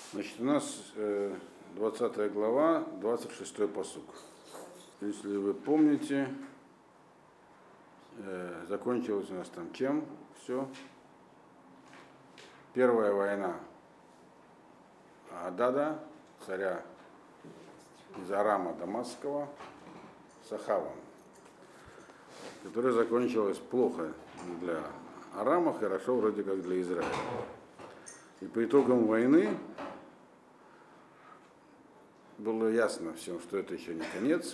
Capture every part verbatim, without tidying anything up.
Значит, у нас э, двадцатая глава, двадцать шестой пасук. Если вы помните, э, закончилось у нас там чем? Все. Первая война Адада, царя из Арама Дамасского, с Ахавом, которая закончилась плохо для Арама, хорошо вроде как для Израиля. И по итогам войны было ясно всем, что это еще не конец.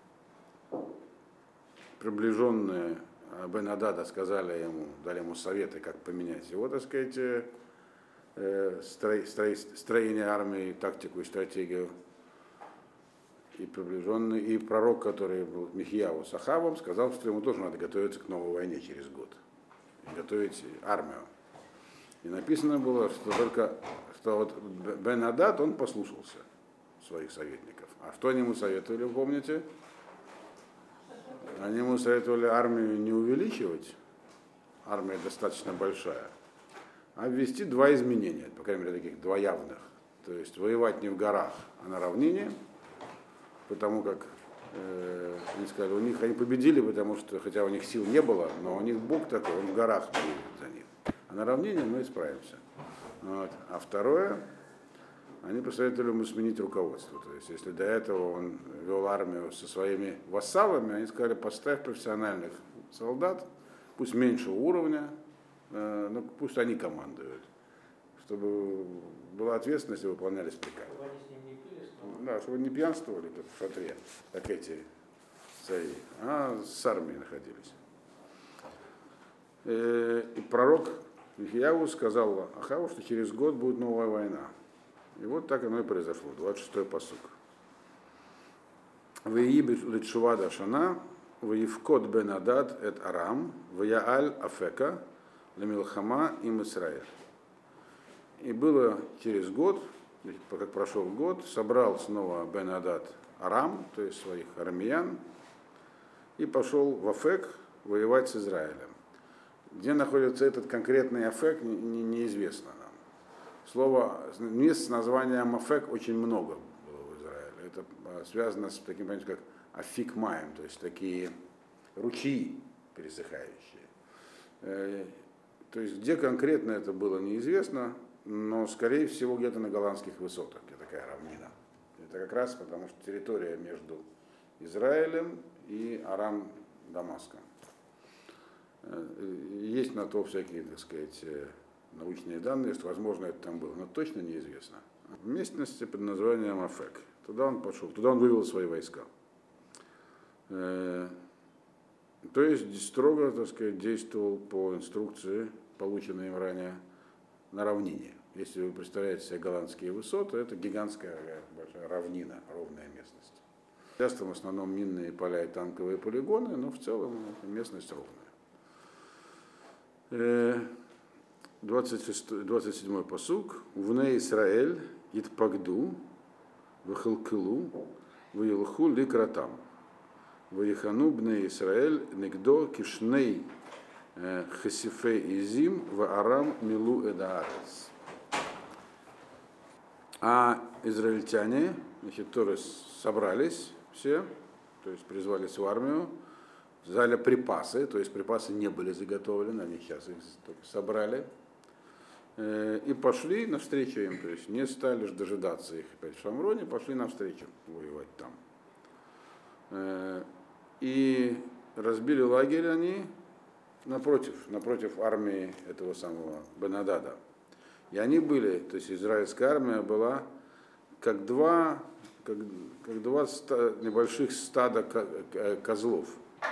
Приближенные Бен-Адада сказали ему, дали ему советы, как поменять его, так сказать, э, строй, строй, строение армии, тактику и стратегию. И приближенный, и пророк, который был Михьяву с Ахавом, сказал, что ему тоже надо готовиться к новой войне через год. И готовить армию. И написано было, что только что вот Бен-Адад, он послушался своих советников. А что они ему советовали, помните? Они ему советовали армию не увеличивать, армия достаточно большая, а ввести два изменения, по крайней мере, таких два явных. То есть воевать не в горах, а на равнине, потому как э, они сказали, у них они победили, потому что, хотя у них сил не было, но у них Бог такой, он в горах воюет за них. А на равнине мы справимся. Вот. А второе, они посоветовали ему сменить руководство. То есть, если до этого он вел армию со своими вассалами, они сказали, поставь профессиональных солдат, пусть меньшего уровня, э, но пусть они командуют, чтобы была ответственность и выполнялись приказы. Да, чтобы не пьянствовали как в шатре, как эти цари, а с армией находились. Э, и пророк Михьяву сказал Ахаву, что через год будет новая война. И вот так оно и произошло, двадцать шестой пасук. Веиби литшувада шана, веивкот бен-адад эт арам, веяаль афека, лемилхама им Исраэль. И было через год, как прошел год, собрал снова Бен-Адад Арам, то есть своих армян, и пошел в Афек воевать с Израилем. Где находится этот конкретный Афек, не, не, неизвестно нам. Слово, мест с названием Афек очень много было в Израиле. Это связано с таким понятием, как Афик Маем, то есть такие ручьи пересыхающие. То есть где конкретно это было, неизвестно, но, скорее всего, где-то на голландских высотах, где такая равнина. Это как раз потому, что территория между Израилем и Арам-Дамаском. Есть на то всякие, так сказать, научные данные, что, возможно, это там было, но точно неизвестно. В местности под названием Афек. Туда он пошел, туда он вывел свои войска. То есть строго, так сказать, действовал по инструкции, полученной им ранее, на равнине. Если вы представляете себе голландские высоты, это гигантская большая равнина, ровная местность. Сейчас там в основном минные поля и танковые полигоны, но в целом местность ровная. двадцать шестой, двадцать седьмой пасук. Вне Исраэль итпагду вахалкилу ваилху ликратам ваихану бне Исраэль негдо кишней Хасифей Изим в Арам Милу Эдаарец. А израильтяне, значит, тоже собрались все, то есть призвались в армию, взяли припасы, то есть припасы не были заготовлены, они сейчас их только собрали, и пошли навстречу им, то есть не стали дожидаться их опять в Шамроне, пошли навстречу воевать там. И разбили лагерь они, Напротив, напротив армии этого самого Бен-Адада. И они были, то есть израильская армия была как два, как, как два ста, небольших стада козлов.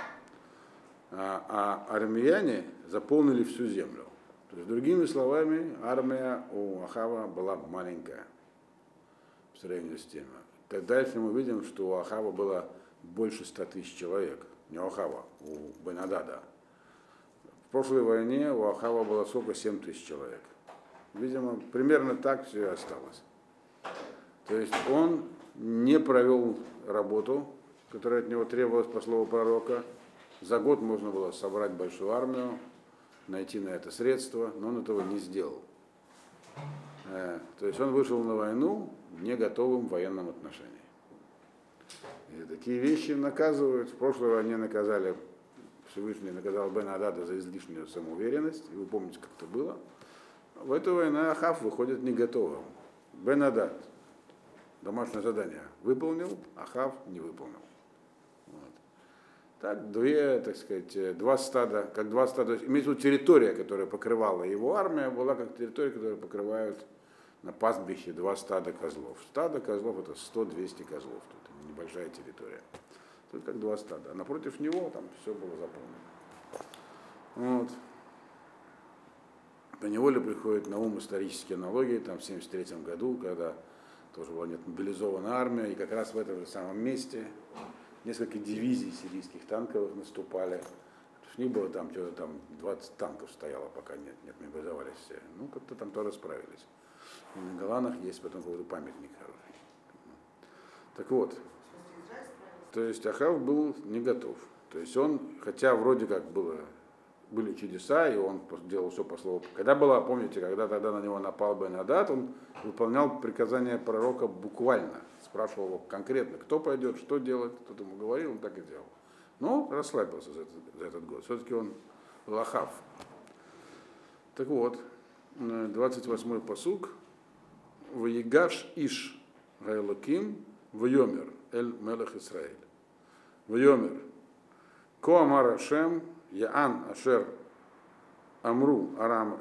А, а армяне заполнили всю землю. То есть, другими словами, армия у Ахава была маленькая в сравнении с тем. Дальше мы видим, что у Ахава было больше ста тысяч человек. Не у Ахава, у Бен-Адада. В прошлой войне у Ахава было сколько? семь тысяч человек. Видимо, примерно так все и осталось. То есть он не провел работу, которая от него требовалась по слову пророка. За год можно было собрать большую армию, найти на это средства, но он этого не сделал. То есть он вышел на войну не готовым в военном отношении. И такие вещи наказывают. В прошлой войне наказали, Всевышний наказал Бен-Адада за излишнюю самоуверенность. И вы помните, как это было. В эту войну Ахав выходит не готовым. Бен-Адад домашнее задание выполнил, Ахав не выполнил. Вот. Так, две, так сказать, два стада, как два стада, имеется в виду территория, которая покрывала его армия, была как территория, которую покрывают на пастбище два стада козлов. Стадо козлов это сто-двести козлов, тут небольшая территория. Тут как два стада. А напротив него там все было заполнено. Вот. По неволе приходят на ум исторические аналогии, там в семьдесят третьем году, когда тоже была нет, мобилизована армия, и как раз в этом же самом месте несколько дивизий сирийских танковых наступали. У них было там что-то там двадцать танков стояло, пока нет, нет, мобилизовались все. Ну, как-то там тоже справились. И на Голанах есть потом какой-то памятник хороший. Так вот, то есть Ахав был не готов. То есть он, хотя вроде как было, были чудеса, и он делал все по слову. Когда было, помните, когда тогда на него напал Бен-Адад, он выполнял приказания пророка буквально. Спрашивал его конкретно, кто пойдет, что делать, кто ему говорил, он так и делал. Но расслабился за этот, за этот год. Все-таки он был Ахав. Так вот, двадцать восьмой пасук. Ваигаш иш гайлоким вайомер эль мелех Исраэль. Вайомер. Ко амар Ашем яан ашер амру арам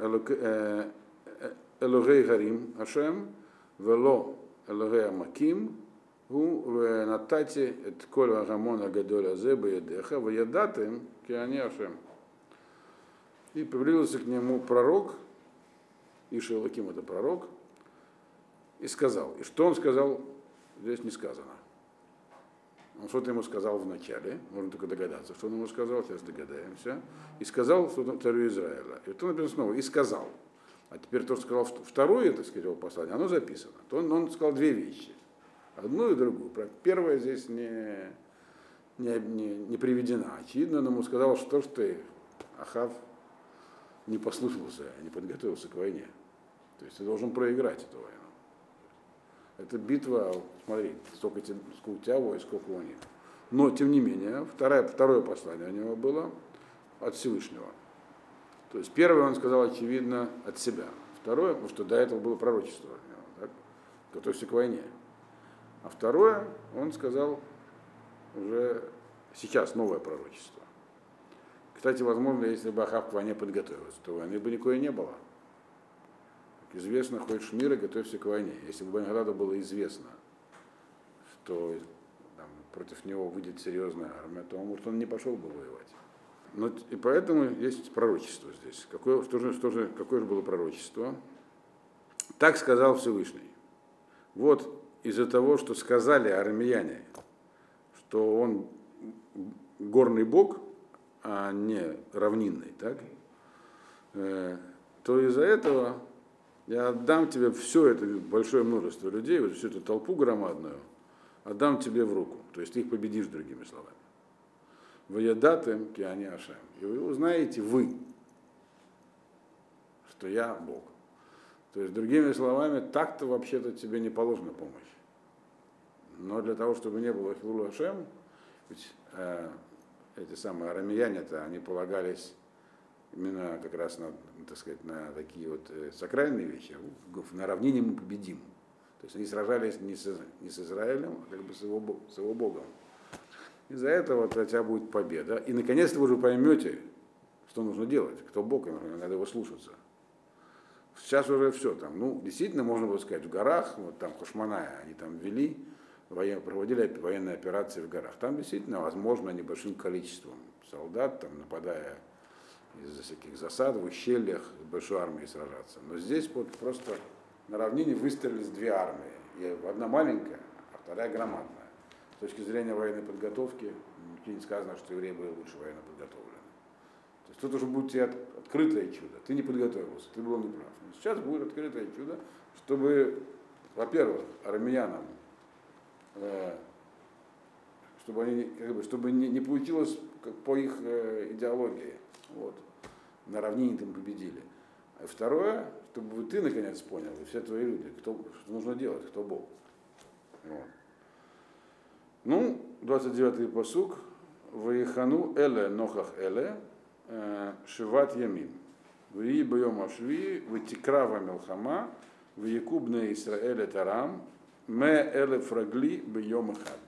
элогей гарим Ашем вело элогей амаким הוא ונתתי את כל הגמון הגדול הזה בידיך, וידעתם כי אני Ашем. И приблизился к нему пророк, Иш Элоким это пророк, и сказал. И что он сказал, здесь не сказано. Он что-то ему сказал в начале, можно только догадаться, что он ему сказал, сейчас догадаемся. И сказал царю Израиля. И потом написано снова, и сказал. А теперь то, что сказал второе, так сказать, его послание, оно записано. То он, он сказал две вещи. Одну и другую. Первая здесь не, не, не, не приведена. Очевидно, он ему сказал, что ж ты, Ахав, не послушался, не подготовился к войне. То есть ты должен проиграть эту войну. Это битва, смотри, сколько, сколько у тебя войск, сколько у них. Но, тем не менее, второе, второе послание у него было от Всевышнего. То есть первое он сказал, очевидно, от себя. Второе, потому что до этого было пророчество. Так? Готовься к войне. А второе, он сказал уже сейчас новое пророчество. Кстати, возможно, если бы Ахав к войне подготовился, то войны бы никакой не было. Как известно, хочешь мира, готовься к войне. Если бы Бен-Ададу было известно, что там, против него выйдет серьезная армия, то, может, он не пошел бы воевать. Но, и поэтому есть пророчество здесь. Какое, что же, что же, какое же было пророчество? Так сказал Всевышний. Вот из-за того, что сказали армяне, что он горный бог, а не равнинный, так? Э, то из-за этого я отдам тебе все это большое множество людей, вот всю эту толпу громадную, отдам тебе в руку. То есть ты их победишь, другими словами. Ваядатым ки ани Ашем. И вы узнаете вы, что я Бог. То есть, другими словами, так-то вообще-то тебе не положена помощь. Но для того, чтобы не было хилу Ашем, ведь э, эти самые арамеяне-то, они полагались именно как раз на, так сказать, на такие вот э, сакральные вещи. На равнине мы победим. То есть они сражались не с, не с Израилем, а как бы с его, с его Богом. Из-за этого вот у тебя будет победа. И наконец-то вы уже поймете, что нужно делать, кто Бог, и надо его слушаться. Сейчас уже все там. Ну, действительно, можно было сказать, в горах, вот там Хошманая, они там вели, воен, проводили военные операции в горах. Там действительно, возможно, небольшим количеством солдат, там, нападая из-за всяких засад, в ущельях с большой армией сражаться. Но здесь вот просто на равнине выстроились две армии. И одна маленькая, а вторая громадная. С точки зрения военной подготовки, нигде не сказано, что евреи были лучше военно подготовлены. То есть тут уже будет тебе открытое чудо. Ты не подготовился, ты был неправ. Но сейчас будет открытое чудо, чтобы, во-первых, армянам, э, чтобы, они, как бы, чтобы не, не получилось как по их э, идеологии. Вот. На равнине там победили. А второе, чтобы ты наконец понял, и все твои люди, кто, что нужно делать, кто Бог. Вот. Ну, двадцать девятый пасук. Ваихану эле нохах эле шиват ямин. Вии боем ашви, вытикрава мелхама, виекубне Исраэле тарам, ме эле фрагли боем хад.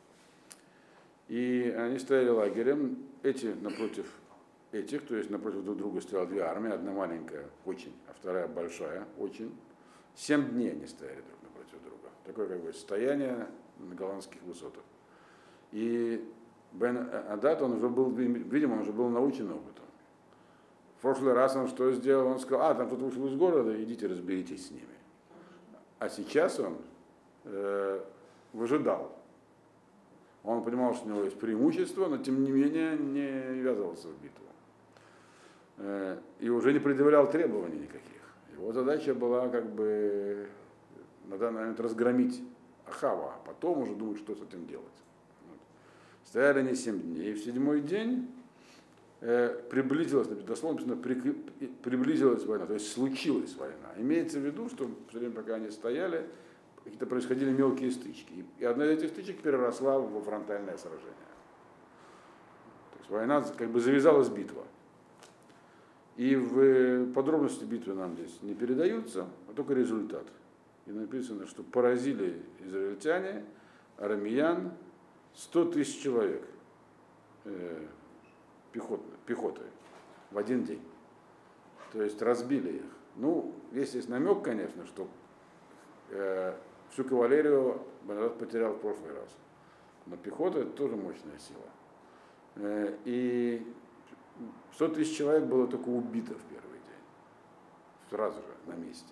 И они стояли лагерем, эти напротив этих, то есть напротив друг друга стояла две армии, одна маленькая очень, а вторая большая очень. Семь дней они стояли друг напротив друга. Такое как бы состояние на голландских высотах. И Бен Адад, он уже был, видимо, он уже был научен опытом. В прошлый раз он что сделал? Он сказал, а, там кто-то вышел из города, идите разберитесь с ними. А сейчас он э, выжидал. Он понимал, что у него есть преимущество, но тем не менее не ввязывался в битву. Э, и уже не предъявлял требований никаких. Его задача была как бы на данный момент разгромить Ахава, а потом уже думать, что с этим делать. Вот. Стояли они семь дней. И в седьмой день э, приблизилась, дословно, при, приблизилась война, то есть случилась война. Имеется в виду, что все время, пока они стояли, какие-то происходили мелкие стычки. И одна из этих стычек переросла во фронтальное сражение. То есть война, как бы завязалась битва. И в подробности битвы нам здесь не передаются, а только результат. И написано, что поразили израильтяне, арамеян, сто тысяч человек э, пехотой, пехотой в один день. То есть разбили их. Ну, здесь есть намек, конечно, что э, всю кавалерию Бен-Адад потерял в прошлый раз. Но пехота — это тоже мощная сила. Э, и сто тысяч человек было только убито в первый день. Сразу же, на месте.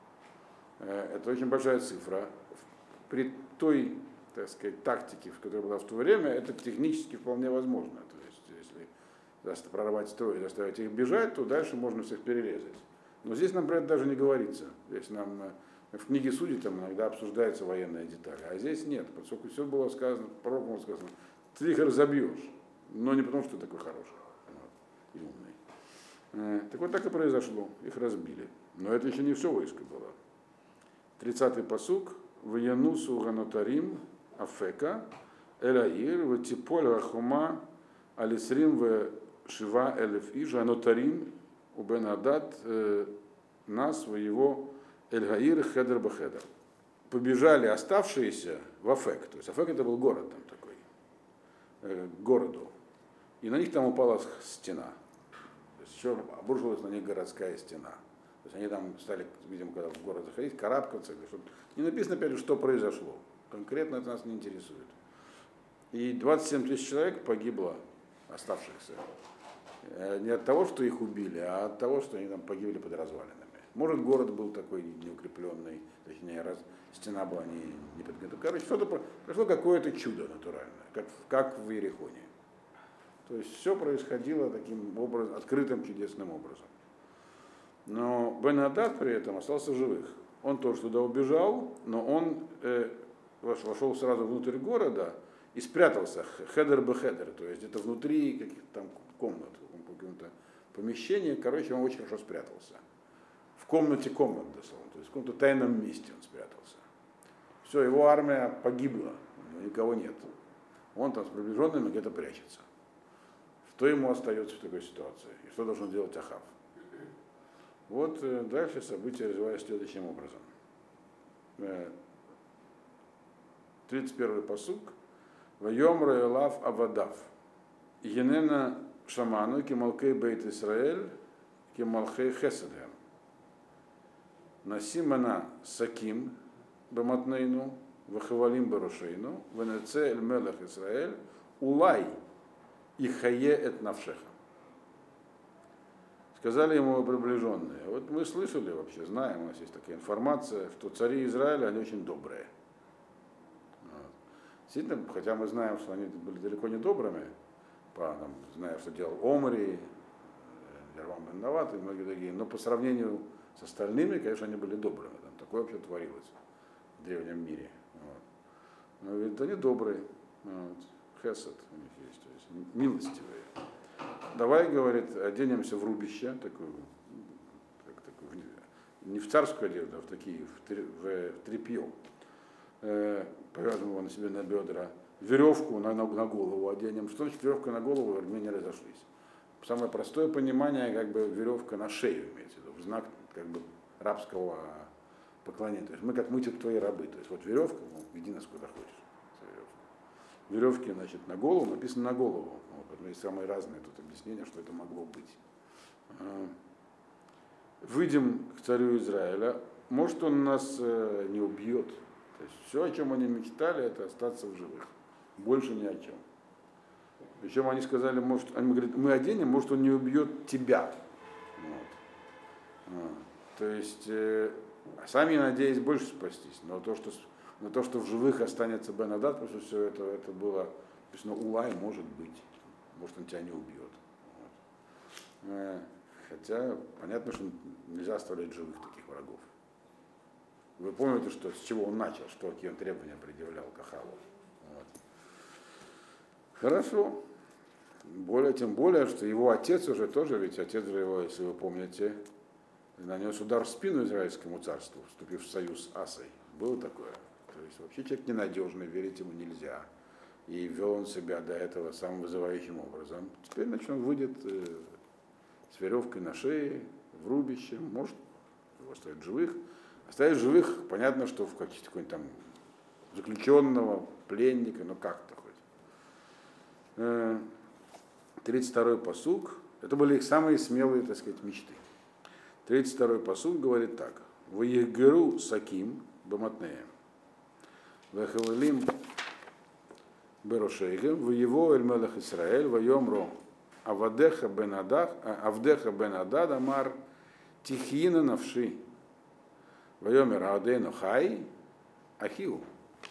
Э, это очень большая цифра. При той, так сказать, тактике, в которой была в то время, это технически вполне возможно. То есть, если прорвать строй и заставить их бежать, то дальше можно всех перерезать. Но здесь нам про это даже не говорится. Здесь нам в книге Судей там иногда обсуждаются военные детали, а здесь нет, поскольку все было сказано, пророком было сказано, ты их разобьешь, но не потому, что ты такой хороший вот, и умный. Так вот так и произошло, их разбили. Но это еще не все войско было. тридцатый пасук. Ваянусу ганотарим афека элаир ватиполь рахума алисрим в шива элеф ижа анотарим у Бен-Адад нас в его эльгаир хедер бахедер. Побежали оставшиеся в Афек. То есть Афек — это был город там такой, э, городу. И на них там упала стена. То есть еще обрушилась на них городская стена. То есть они там стали, видимо, когда в город заходить, карабкаться. Не написано, опять же, что произошло. Конкретно это нас не интересует. И двадцать семь тысяч человек погибло, оставшихся. Не от того, что их убили, а от того, что они там погибли под развалинами. Может, город был такой неукрепленный, точнее, раз стена была не, не подготовлена. Короче, что-то прошло какое-то чудо натуральное, как, как в Иерихоне. То есть все происходило таким образом, открытым, чудесным образом. Но Бен-Адад при этом остался в живых. Он тоже туда убежал, но он э, вошел сразу внутрь города и спрятался, хедер бы хедер, то есть это внутри каких-то там комнат, в каком-то помещении, короче, он очень хорошо спрятался. В комнате комнат, дословно, то есть в каком-то тайном месте он спрятался. Все, его армия погибла, никого нет. Он там с приближенными где-то прячется. Что ему остается в такой ситуации? И что должен делать Ахав? Вот дальше события развиваются следующим образом. тридцать первый пасук. Вайом Раэлав Авадав. Енена Шаману Кемалкей Бейт Исраэль Кемалхей Хеседем. Насимана Саким Баматнейну Вахавалим Барушейну Венеце Эль Мелах Исраэль Улай Ихае Эт Навшеха. Сказали ему приближенные, вот мы слышали вообще, знаем, у нас есть такая информация, что цари Израиля, они очень добрые. Вот. Действительно, хотя мы знаем, что они были далеко не добрыми, по, там, знаем, что делал Омри, Ярвам бен Нават и многие другие, но по сравнению с остальными, конечно, они были добрыми. Там такое вообще творилось в древнем мире. Вот. Но ведь они добрые. Вот. Хесед у них есть, то есть милостивые. Давай, говорит, оденемся в рубище, такую, так, такую, не в царскую одежду, а в такие, в, три, в тряпье. Э, повязывал его на себе на бедра, веревку на, на, на голову оденем. Что значит веревка на голову, в Армении разошлись. Самое простое понимание, как бы веревка на шею имеется в виду, в знак как бы рабского поклонения. То есть мы как мы типа твои рабы. То есть вот веревка, ну, веди нас куда хочешь. Веревки, значит, на голову, написано на голову. Вот, есть самые разные тут объяснения, что это могло быть. Выйдем к царю Израиля. Может, он нас не убьет. То есть все, о чем они мечтали, это остаться в живых. Больше ни о чем. Причем они сказали, может, они говорят, мы оденем, может, он не убьет тебя. Вот. То есть, э, сами надеялись больше спастись, но то, что, но то, что в живых останется Бен Адад, потому что все это, это было написано Улай, может быть. Может, он тебя не убьет. Вот. Э, хотя, понятно, что нельзя оставлять живых таких врагов. Вы помните, что, с чего он начал, что какие он требования предъявлял к Ахаву. Вот. Хорошо. Более, тем более, что его отец уже тоже, ведь отец же его, если вы помните, нанес удар в спину израильскому царству, вступив в союз с Асой. Было такое. То есть вообще человек ненадежный, верить ему нельзя. И вел он себя до этого самым вызывающим образом. Теперь, значит, он выйдет э, с веревкой на шее, в рубище, может его оставить живых. Оставить живых, понятно, что в качестве какой-нибудь там заключенного, пленника, ну как-то хоть. Э, тридцать второй пасук, это были их самые смелые, так сказать, мечты. тридцать второй пасук говорит так. Ваегеру саким баматнеем. Вахавалим берошейгем. Воево эль мелех Исраэль. Вайомро авдеха бен Адад. Авдеха бен Адад амар тихина навши. Вайомер аадейну хай ахиу.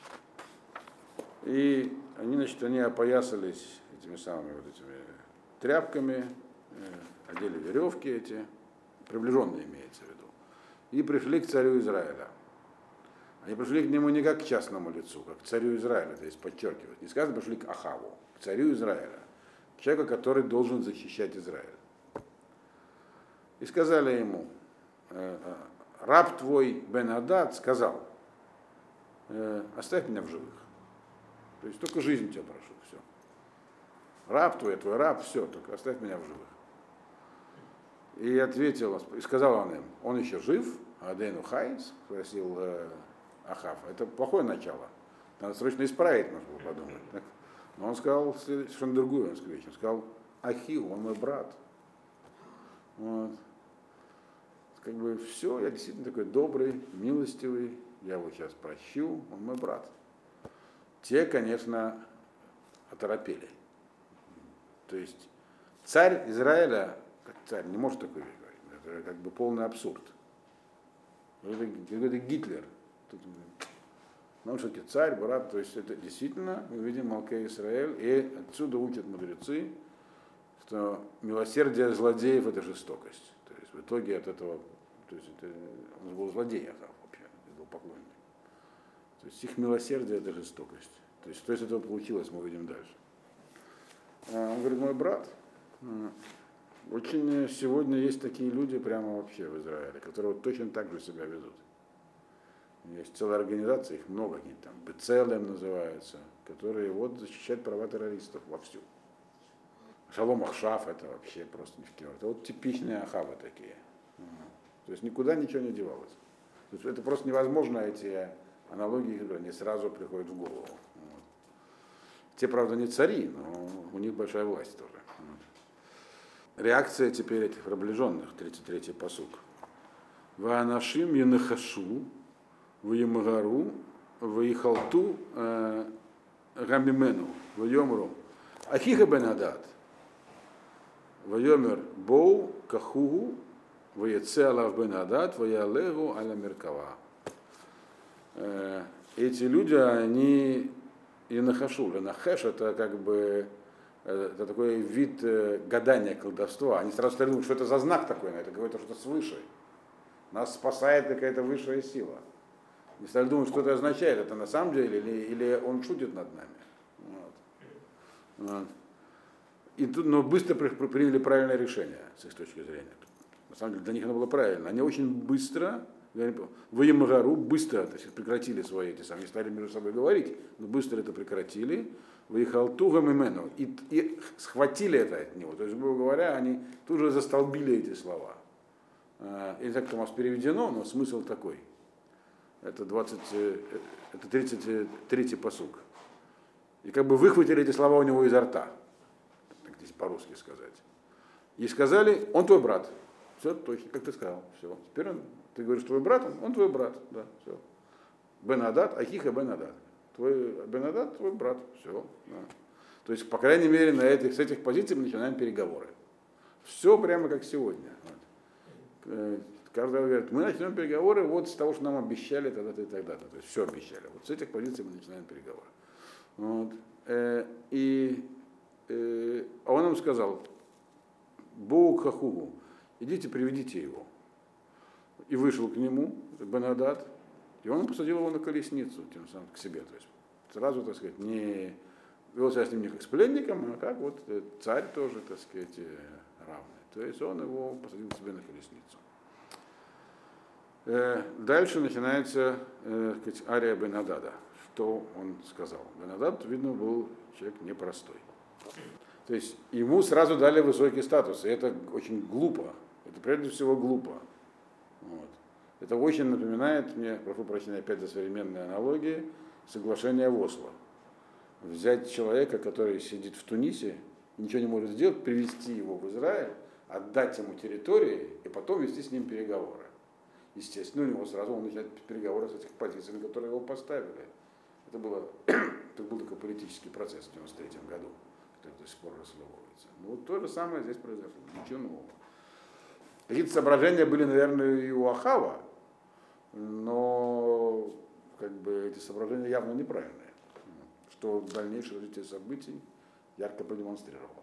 И они, значит, они опоясались этими самыми вот этими тряпками, одели веревки эти, приближенные имеется в виду, и пришли к царю Израиля. Они пришли к нему не как к частному лицу, как к царю Израиля, то есть подчеркивать. Не сказано, пришли к Ахаву, к царю Израиля, к человеку, который должен защищать Израиль. И сказали ему, раб твой Бен Адад сказал, оставь меня в живых. То есть только жизнь тебя прошу, все. Раб твой, твой раб, все, только оставь меня в живых. И ответил, и сказал он им, он еще жив, Адейну Хайс, спросил э, Ахав. Это плохое начало. Надо срочно исправить, можно было подумать. Так? Но он сказал совершенно другую, он сказал, он сказал, Ахил, он мой брат. Вот. Как бы все, я действительно такой добрый, милостивый, я его сейчас прощу, он мой брат. Те, конечно, оторопели. То есть царь Израиля, как царь, не может такой вещь говорить. Это как бы полный абсурд. Это какой-то Гитлер. Тут, ну, что царь, брат, то есть это действительно, мы видим Малкей Исраэль, и отсюда учат мудрецы, что милосердие злодеев это жестокость. То есть в итоге от этого, то есть это, он был злодей, Ахав вообще, был поклонник. То есть их милосердие это жестокость. То есть что из этого получилось, мы увидим дальше. Он говорит, мой брат, очень сегодня есть такие люди прямо вообще в Израиле, которые вот точно так же себя ведут. Есть целая организация, их много, они там Бецелем называются, которые вот защищают права террористов вовсю. Шалом Ахшав это вообще просто ни в кино. Это вот типичные Ахавы такие. То есть никуда ничего не девалось. То есть это просто невозможно, эти аналогии, они сразу приходят в голову. Вот. Те, правда, не цари, но у них большая власть тоже. Вот. Реакция теперь этих приближенных, тридцать третий пасук. Ваанашим янахашу, ваимгару, ваихалту гамимену, ваемру. Ахиха бен Адад. Ваемер боу кахугу, ваеце алав бен Адад, ваялегу аля меркава. Эти люди, они и нахашу, нахеш это как бы это такой вид гадания, колдовства. Они сразу думают, что это за знак такой, это какое-то что-то свыше. Нас спасает какая-то высшая сила. Не стали думать, что это означает, это на самом деле, или, или он шутит над нами. Вот. Вот. И тут, но быстро приняли правильное решение с их точки зрения. На самом деле для них оно было правильно. Они очень быстро, в Ямагару быстро то есть, прекратили свои эти самые, стали между собой говорить, но быстро это прекратили. Выехал тугом имену и, и схватили это от него. То есть, грубо говоря, они тут же застолбили эти слова. Я не знаю, как у нас переведено, но смысл такой. Это, двадцать, это тридцать третий пасук. И как бы выхватили эти слова у него изо рта. Так здесь по-русски сказать. И сказали, он твой брат. Все, точно, как ты сказал. Все. Теперь он, ты говоришь, твой брат, он, он твой брат. Да, все. Бен-Адад, Ахиха Бен-Адад. Твой Бен-Адад, твой брат. Все. Да. То есть, по крайней мере, на этих, с этих позиций мы начинаем переговоры. Все прямо как сегодня. Вот. Каждый раз говорит, мы начнем переговоры вот с того, что нам обещали тогда-то и тогда-то. То есть все обещали. Вот с этих позиций мы начинаем переговоры. Вот. Э, и э, а он им сказал, Боу Хахугу, идите, приведите его. И вышел к нему, Бен-Адад, и он посадил его на колесницу, тем самым к себе. То есть сразу, так сказать, не вел себя с ним не как с пленником, а как вот царь тоже, так сказать, равный. То есть он его посадил к себе на колесницу. Э, дальше начинается э, сказать, ария Бен-Адада. Что он сказал? Бен-Адад, видно, был человек непростой. То есть ему сразу дали высокий статус, и это очень глупо. Это прежде всего глупо. Вот. Это очень напоминает мне, прошу прощения опять за современные аналогии, соглашение в Осло. Взять человека, который сидит в Тунисе, ничего не может сделать, привести его в Израиль, отдать ему территории и потом вести с ним переговоры. Естественно, у него сразу он начинает переговоры с этих позиций, на которые его поставили. Это, было, это был такой политический процесс в девяносто третьем году, который до сих пор расследуется. Ну вот то же самое здесь произошло, ничего нового. Какие-то соображения были, наверное, и у Ахава, но как бы эти соображения явно неправильные, что дальнейшее развитие событий ярко продемонстрировало.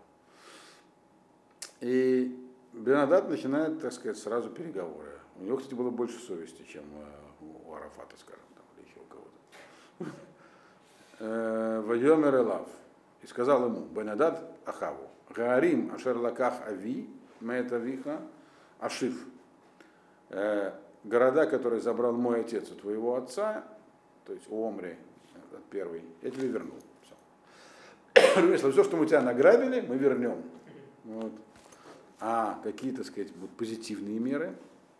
И Бен-Адад начинает, так сказать, сразу переговоры. У него, кстати, было больше совести, чем у Арафата, скажем, там, или еще у кого-то. Вайомер Элав. И сказал ему, Бен-Адад Ахаву, Гаарим Ашерлаках Ави, Меэтавиха, Ашиф. Города, которые забрал мой отец у твоего отца, то есть у Омри, первый, я тебе верну. Все. Если все, что мы тебя награбили, мы вернем. Вот. А какие, так сказать, будут позитивные меры?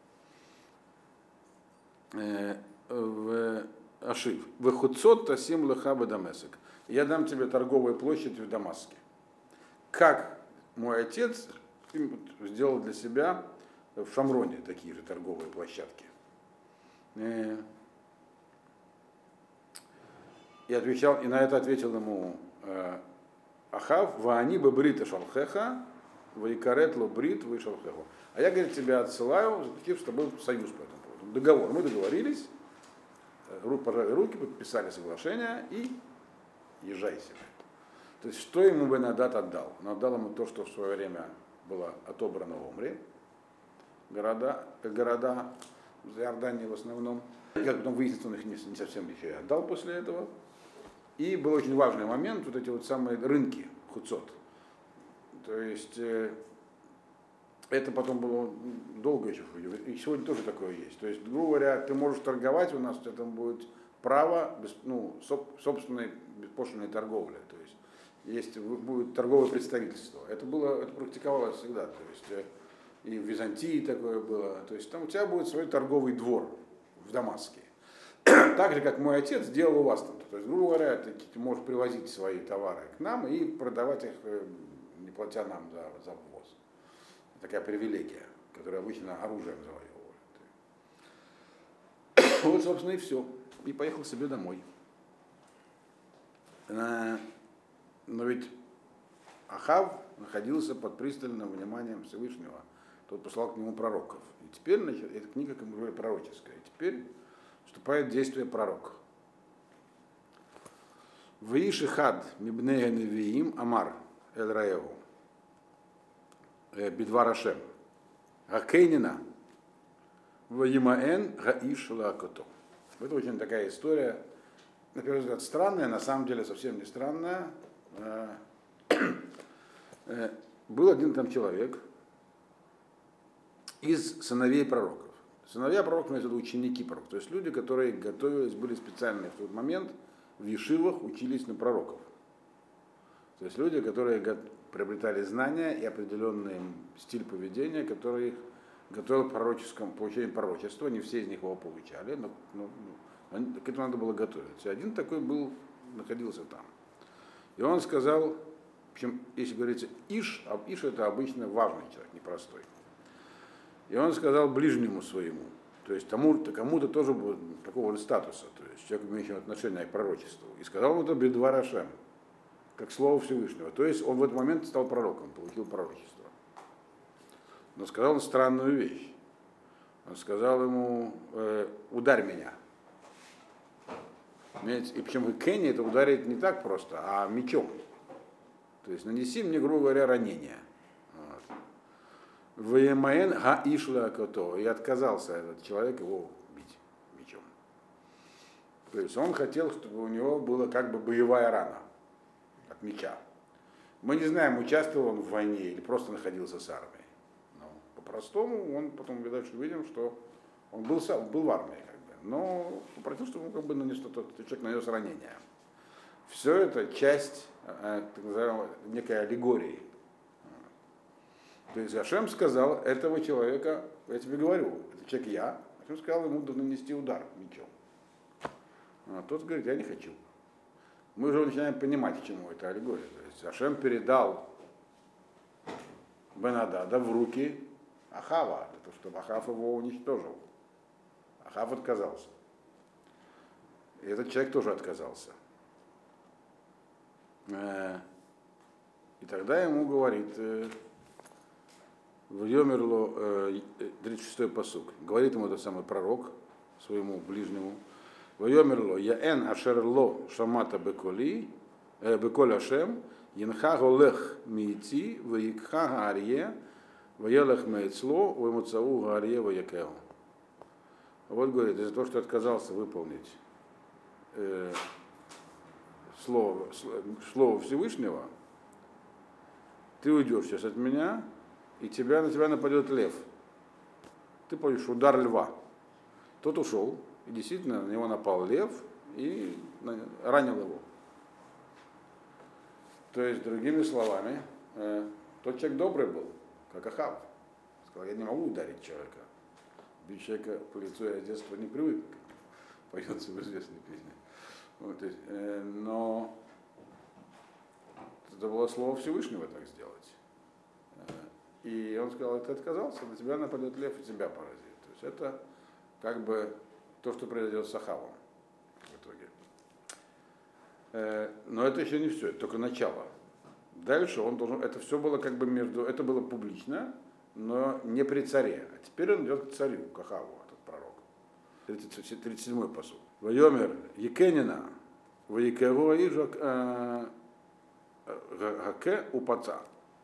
В Ашиф. Выхудсот тасим лахаба дамесек. Я дам тебе торговую площадь в Дамаске. Как мой отец сделал для себя в Шамроне такие же торговые площадки. И отвечал, и на это ответил ему Ахав, ваани бы брита шалхеха, ваикарет ло брит вышалхеху. А я, говорит, тебя отсылаю, заключив с тобой союз по этому поводу. Договор. Мы договорились, пожали руки, подписали соглашение и езжай себе. То есть, что ему Бен-Адад отдал? Он отдал ему то, что в свое время было отобрано в Омре, города, города в Иордании в основном. Как потом выяснится, он их не, не совсем еще и отдал после этого. И был очень важный момент, вот эти вот самые рынки, хуцот. То есть, э, это потом было долго еще, и сегодня тоже такое есть. То есть, грубо говоря, ты можешь торговать у нас, у тебя там будет право, без, ну, соб, собственной беспошлиной торговли. То есть, есть, будет торговое представительство. Это было, это практиковалось всегда. То есть, э, и в Византии такое было. То есть, там у тебя будет свой торговый двор в Дамаске. Так же, как мой отец сделал у вас там. То есть, грубо говоря, ты, ты можешь привозить свои товары к нам и продавать их, не платя нам за, за ввоз. Такая привилегия, которую обычно оружием завоевывали. Вот, собственно, и все. И поехал себе домой. Но ведь Ахав находился под пристальным вниманием Всевышнего. Тот послал к нему пророков. И теперь, значит, эта книга как бы пророческая. И теперь вступает действие пророка. Ваиши хад мибнея невиим амар эль раеву бидвар Ашем гакейнина ваимаэн гаиш лакото. Это очень такая история, на первый взгляд странная, на самом деле совсем не странная. Был один там человек, из сыновей пророков. Сыновья пророков, имеются в виду ученики пророков, то есть люди, которые готовились, были специальные в тот момент, в ешивах учились на пророков. То есть люди, которые приобретали знания и определенный стиль поведения, который их готовил к пророческому, получению пророчества. Не все из них его получали, но, но, но к этому надо было готовиться. И один такой был, находился там. И он сказал, в общем, если говорится Иш, а Иш это обычно важный человек, непростой. И он сказал ближнему своему, то есть тому-то, кому-то тоже будет такого же статуса, то есть человек, имеющий отношение к пророчеству. И сказал ему это Бедвар Ашем, как слово Всевышнего. То есть он в этот момент стал пророком, получил пророчество. Но сказал он странную вещь. Он сказал ему, э, ударь меня. И причем Кенни это ударить не так просто, а мечом. То есть нанеси мне, грубо говоря, ранение. Ваемаэн га ишла кото. И отказался этот человек его бить мечом. То есть он хотел, чтобы у него была как бы боевая рана от меча. Мы не знаем, участвовал он в войне или просто находился с армией. Но по-простому он потом дальше видим, что он был, был в армии, как бы, но попросил, чтобы он как бы нанес, тот человек нанес ранение. Все это часть так называемой некой аллегории. То есть Ашем сказал, этого человека, я тебе говорю, это человек я, Ашем сказал ему нанести удар мечом. А тот говорит, я не хочу. Мы уже начинаем понимать, к чему это аллегория. То есть Ашем передал Бен-Адада в руки Ахава, для того, чтобы Ахав его уничтожил. Ахав отказался. И этот человек тоже отказался. И тогда ему говорит, Вайомерло, тридцать шестой пасук, говорит ему этот самый пророк, своему ближнему, Вайомерло, яэн ашерло шамата беколи, беколь ашем, янха голех мийти, ваикха гаарье, ваелех мейцло, ваймуцау гаарье ваякео. Вот говорит, из-за того, что отказался выполнить э, слово, слово Всевышнего, ты уйдешь сейчас от меня, и тебя, на тебя нападет лев. Ты получишь удар льва. Тот ушел, и действительно на него напал лев и ранил его. То есть, другими словами, э, тот человек добрый был, как Ахав. Сказал, я не могу ударить человека. Бить человека по лицу я с детства не привык, поется в известной песне. Вот, то есть, э, но это было слово Всевышнего так сделать. И он сказал, ты отказался, на тебя нападет лев и тебя поразит. То есть это как бы то, что произойдет с Ахавом в итоге. Но это еще не все, это только начало. Дальше он должен, это все было как бы между, это было публично, но не при царе. А теперь он идет к царю, к Ахаву, этот пророк. тридцать седьмой пасук. Вайомер Екенина, Ваикево Ижак Гаке Упаца.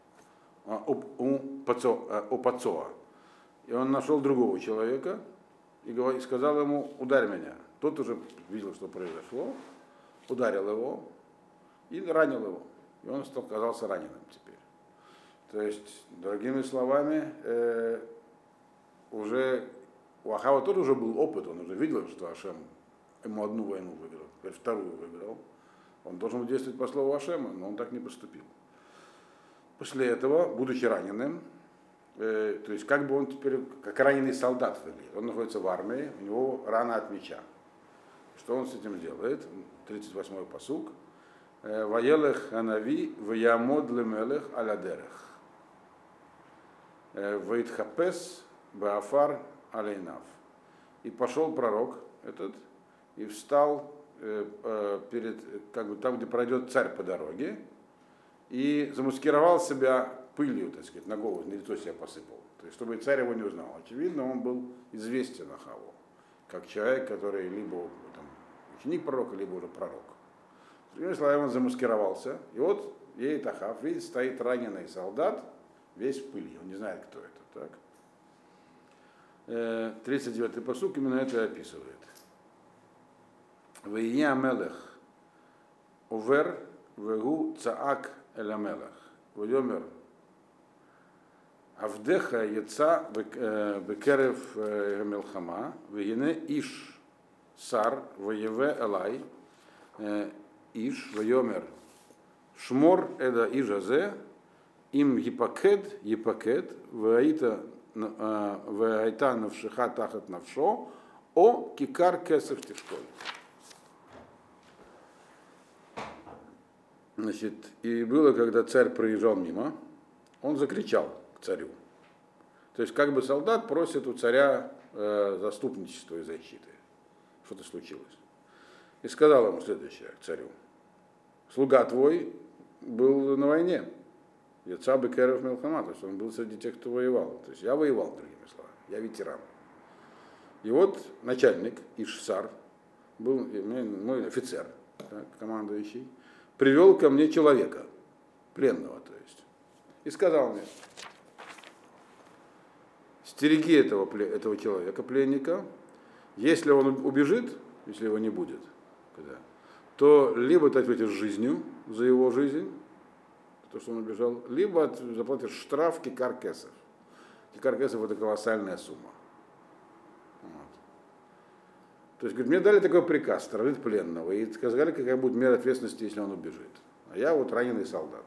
У Пацоа. И он нашел другого человека и сказал ему, ударь меня. Тот уже видел, что произошло, ударил его и ранил его. И он стал, оказался раненым теперь. То есть, другими словами, э, уже у Ахава тоже уже был опыт, он уже видел, что Ашем ему одну войну выиграл, теперь вторую выиграл. Он должен действовать по слову Ашема, но он так не поступил. После этого, будучи раненым, э, то есть как бы он теперь, как раненый солдат выглядит, он находится в армии, у него рана от меча. Что он с этим делает? тридцать восьмой пасук. Ваелех анави ваямод лемелех аладерех. Ваитхапес баафар алейнав. И пошел пророк этот и встал э, э, перед, как бы там, где пройдет царь по дороге, и замаскировал себя пылью, так сказать, на голову, на лицо себя посыпал. То есть, чтобы царь его не узнал. Очевидно, он был известен Ахаву, как человек, который либо там, ученик пророка, либо уже пророк. Другими словами, он замаскировался, и вот едет Ахав, видит, стоит раненый солдат, весь в пыли, он не знает, кто это. Так? тридцать девятый пасук именно это и описывает. Вия мелех увер вегу цаак эламелах. Вайомер Авдеха яца бекерев мелхама, вегине иш сар воеве элай, иш воемер шмор эда ижазе, им епакед епакед, ваита ваита навшиха тахат навшо, о кикар кесов тишколь. Значит, и было, когда царь проезжал мимо, он закричал к царю. То есть, как бы солдат просит у царя э, заступничества и защиты. Что-то случилось. И сказал ему следующее к царю. Слуга твой был на войне. Яца бекерев мелхама, то есть он был среди тех, кто воевал. То есть я воевал, другими словами. Я ветеран. И вот начальник Ишсар, был мой офицер, так, командующий, привел ко мне человека, пленного, то есть, и сказал мне: стереги этого, этого человека, пленника, если он убежит, если его не будет, когда, то либо ты ответишь жизнью за его жизнь, то, что он убежал, либо заплатишь штраф кикар кесов. Кикар кесов — это колоссальная сумма. Вот. То есть, говорит, мне дали такой приказ сторожить пленного, и сказали, какая будет мера ответственности, если он убежит. А я вот раненый солдат.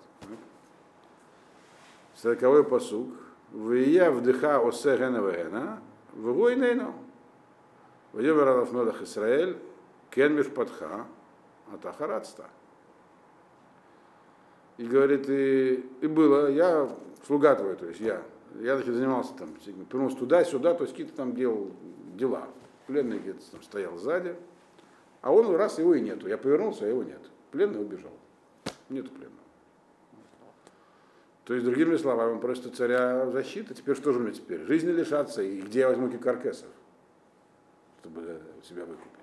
Сороковой пасук. Вия вдыха осе гена вегена, вегой нейно. Вьемер алаф мелах Исраэль, кен мишпатха, атахаратста. И говорит, и, и было, я слуга твой, то есть я, я значит, занимался там, вернулся туда-сюда, то есть какие-то там делал дела. Пленный где-то там стоял сзади, а он раз его и нету. Я повернулся, а его нет. Пленный убежал. Нету пленного. То есть, другими словами, он просит у царя защиты. Теперь что же мне теперь? Жизни лишаться, и где я возьму кикаркесов, чтобы себя выкупить?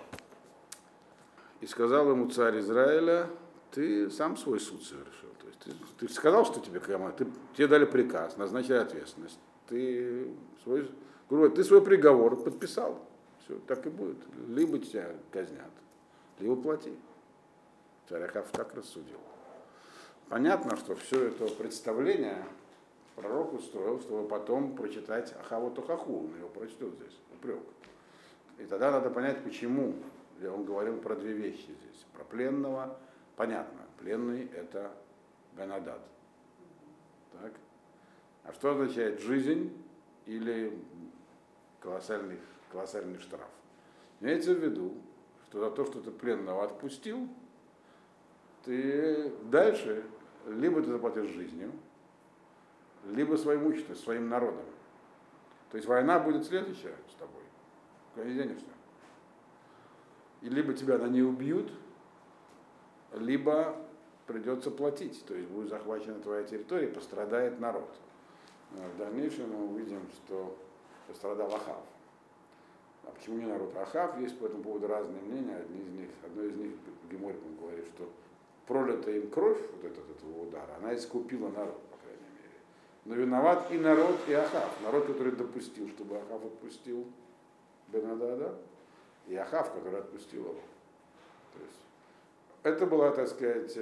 И сказал ему царь Израиля: ты сам свой суд совершил. То есть ты, ты сказал, что тебе команда, ты, тебе дали приказ, назначили ответственность. Ты свой, ты свой приговор подписал. Все, так и будет. Либо тебя казнят, либо плати. Царь Ахав так рассудил. Понятно, что все это представление пророк устроил, чтобы потом прочитать Ахаву Тохаху. Он его прочтет здесь, упрек. И тогда надо понять, почему он говорил про две вещи здесь. Про пленного. Понятно, пленный — это Бен-Адад. Так? А что означает жизнь или колоссальный, колоссальный штраф? Имеется в виду, что за то, что ты пленного отпустил, ты дальше либо ты заплатишь жизнью, либо своим имуществом, своим народом. То есть война будет следующая с тобой. Куда не денешься. И либо тебя на ней убьют, либо придется платить, то есть будет захвачена твоя территория, пострадает народ. В дальнейшем мы увидим, что пострадал Ахав. А почему не народ? Ахав, есть по этому поводу разные мнения. Одни из них, одно из них Геморрий говорит, что пролитая им кровь вот этот, этого удара, она искупила народ, по крайней мере. Но виноват и народ, и Ахав. Народ, который допустил, чтобы Ахав отпустил Бен-Адада, и Ахав, который отпустил его. То есть это была, так сказать,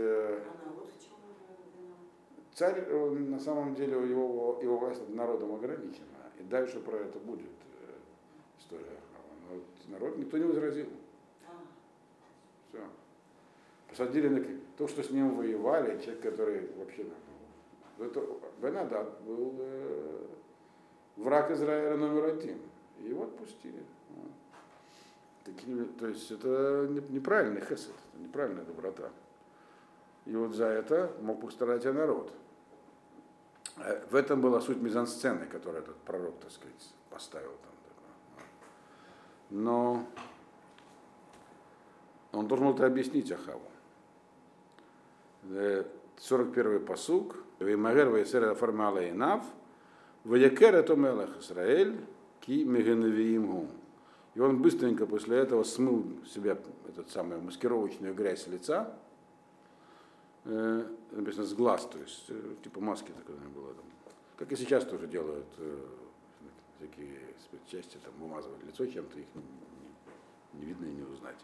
царь, он, на самом деле его, его власть над народом ограничена. И дальше про это будет история Ахава. Но вот народ никто не возразил. Все. Посадили на то, что с ним воевали, человек, который вообще... Это Бен-Адад был э, враг Израиля номер один. И его отпустили. Такие, то есть это неправильный хесед, это неправильная доброта. И вот за это мог пострадать и народ. В этом была суть мизансцены, которую этот пророк, так сказать, поставил там. Но он должен был это объяснить Ахаву. сорок первый пасук. Веймагер вейсера формала инав. Ваякер это мелах Исраэль ки мегеневиим гум. И он быстренько после этого смыл себя этот самый маскировочную грязь с лица, э, написано с глаз, то есть э, типа маски такой было там. Как и сейчас тоже делают э, всякие спецчасти, там вымазывают лицо чем-то, их не, не, не видно и не узнать.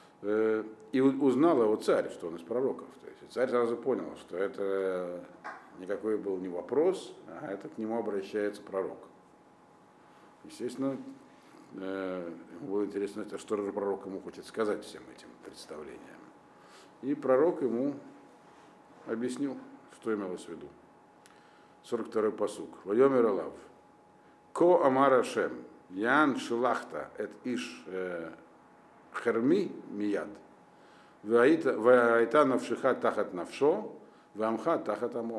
Э, и узнал его царь, что он из пророков. То есть царь сразу понял, что это Никакой был не вопрос, а это к нему обращается пророк. Естественно, э, было интересно, а что же пророк ему хочет сказать всем этим представлениям. И пророк ему объяснил, что имелось в виду. сорок второй пасук. Вайомер Алав. Ко Амара Шем. Ян Шилахта эт Иш э, Херми Мияд. Ваита навшиха тахат навшо. Вамха тахат амо.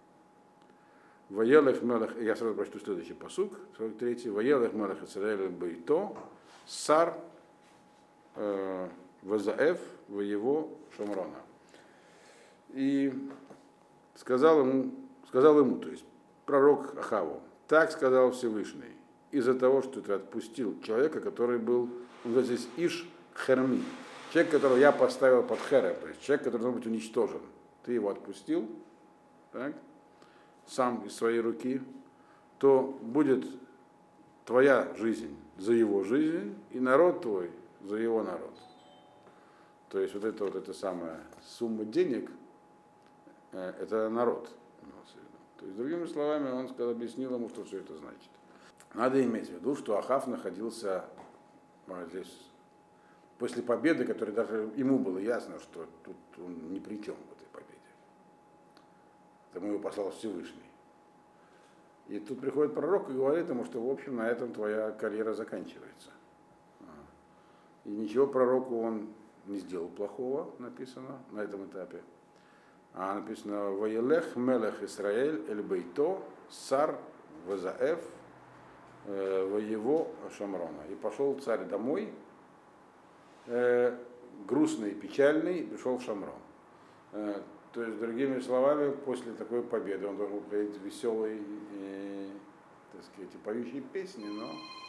Ваелех мелех, я сразу прочту следующий пасук, сорок третий. Ваелех мелех Исраэль бейто, сар э, вазаэф воево Шамрона. И сказал ему, сказал ему, то есть пророк Ахаву, так сказал Всевышний, из-за того, что ты отпустил человека, который был, вот здесь Иш Херми, человек, которого я поставил под Херем, то есть человек, который должен быть уничтожен. Ты его отпустил, так, сам из своей руки, то будет твоя жизнь за его жизнь и народ твой за его народ. То есть вот это вот эта самая сумма денег, э, это народ. То есть, другими словами, он сказал, объяснил ему, что все это значит. Надо иметь в виду, что Ахав находился вот здесь после победы, которая даже ему было ясно, что тут он ни при чем в этой победе. Тому его послал Всевышний. И тут приходит пророк и говорит ему, что, в общем, на этом твоя карьера заканчивается. И ничего пророку он не сделал плохого, написано на этом этапе. А написано «Ваелех мелех Исраэль эль бейто сар вазаэф воево Шамрона». И пошел царь домой, э, грустный и печальный, и пришел в Шамрон. Э, то есть, другими словами, после такой победы он должен был петь веселые, э, так сказать, поющие песни, но